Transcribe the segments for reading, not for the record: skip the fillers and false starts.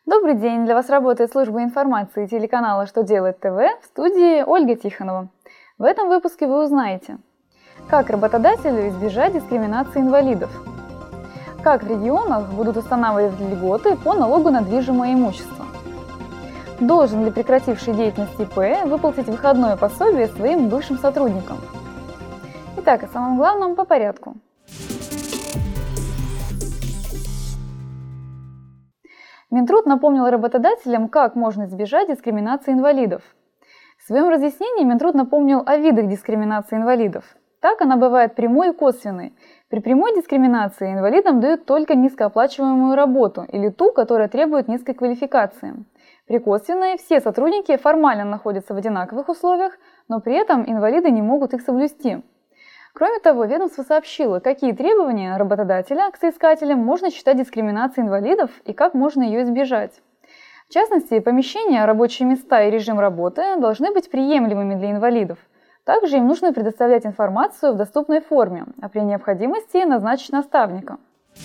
Добрый день! Для вас работает служба информации телеканала «Что делает ТВ», в студии Ольга Тихонова. В этом выпуске вы узнаете, как работодателю избежать дискриминации инвалидов, как в регионах будут устанавливать льготы по налогу на движимое имущество, должен ли прекративший деятельность ИП выплатить выходное пособие своим бывшим сотрудникам. Итак, о самом главном по порядку. Минтруд напомнил работодателям, как можно избежать дискриминации инвалидов. В своем разъяснении Минтруд напомнил о видах дискриминации инвалидов. Так она бывает прямой и косвенной. При прямой дискриминации инвалидам дают только низкооплачиваемую работу или ту, которая требует низкой квалификации. При косвенной все сотрудники формально находятся в одинаковых условиях, но при этом инвалиды не могут их соблюсти. Кроме того, ведомство сообщило, какие требования работодателя к соискателям можно считать дискриминацией инвалидов и как можно ее избежать. В частности, помещения, рабочие места и режим работы должны быть приемлемыми для инвалидов. Также им нужно предоставлять информацию в доступной форме, а при необходимости назначить наставника.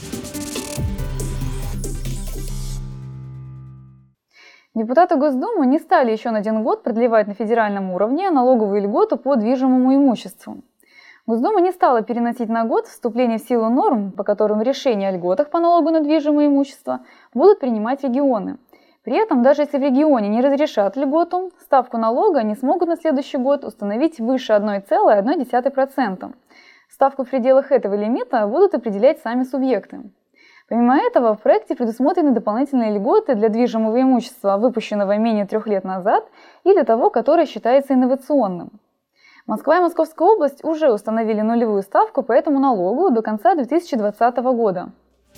Депутаты Госдумы не стали еще на 1 год продлевать на федеральном уровне налоговую льготу по движимому имуществу. Госдума не стала переносить на год вступление в силу норм, по которым решения о льготах по налогу на движимое имущество будут принимать регионы. При этом, даже если в регионе не разрешат льготу, ставку налога они смогут на следующий год установить выше 1,1%. Ставку в пределах этого лимита будут определять сами субъекты. Помимо этого, в проекте предусмотрены дополнительные льготы для движимого имущества, выпущенного менее 3 лет назад, и для того, которое считается инновационным. Москва и Московская область уже установили нулевую ставку по этому налогу до конца 2020 года.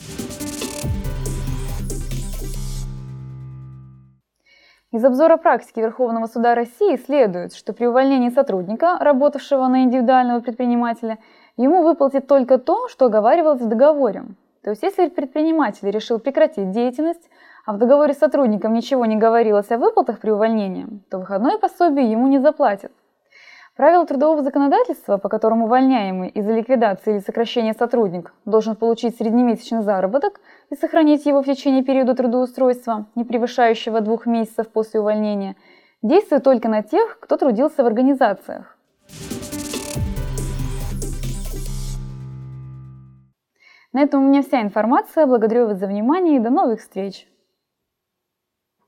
Из обзора практики Верховного суда России следует, что при увольнении сотрудника, работавшего на индивидуального предпринимателя, ему выплатят только то, что оговаривалось в договоре. То есть, если предприниматель решил прекратить деятельность, а в договоре с сотрудником ничего не говорилось о выплатах при увольнении, то выходное пособие ему не заплатят. Правила трудового законодательства, по которым увольняемый из-за ликвидации или сокращения сотрудник должен получить среднемесячный заработок и сохранить его в течение периода трудоустройства, не превышающего 2 месяцев после увольнения, действуют только на тех, кто трудился в организациях. На этом у меня вся информация. Благодарю вас за внимание и до новых встреч!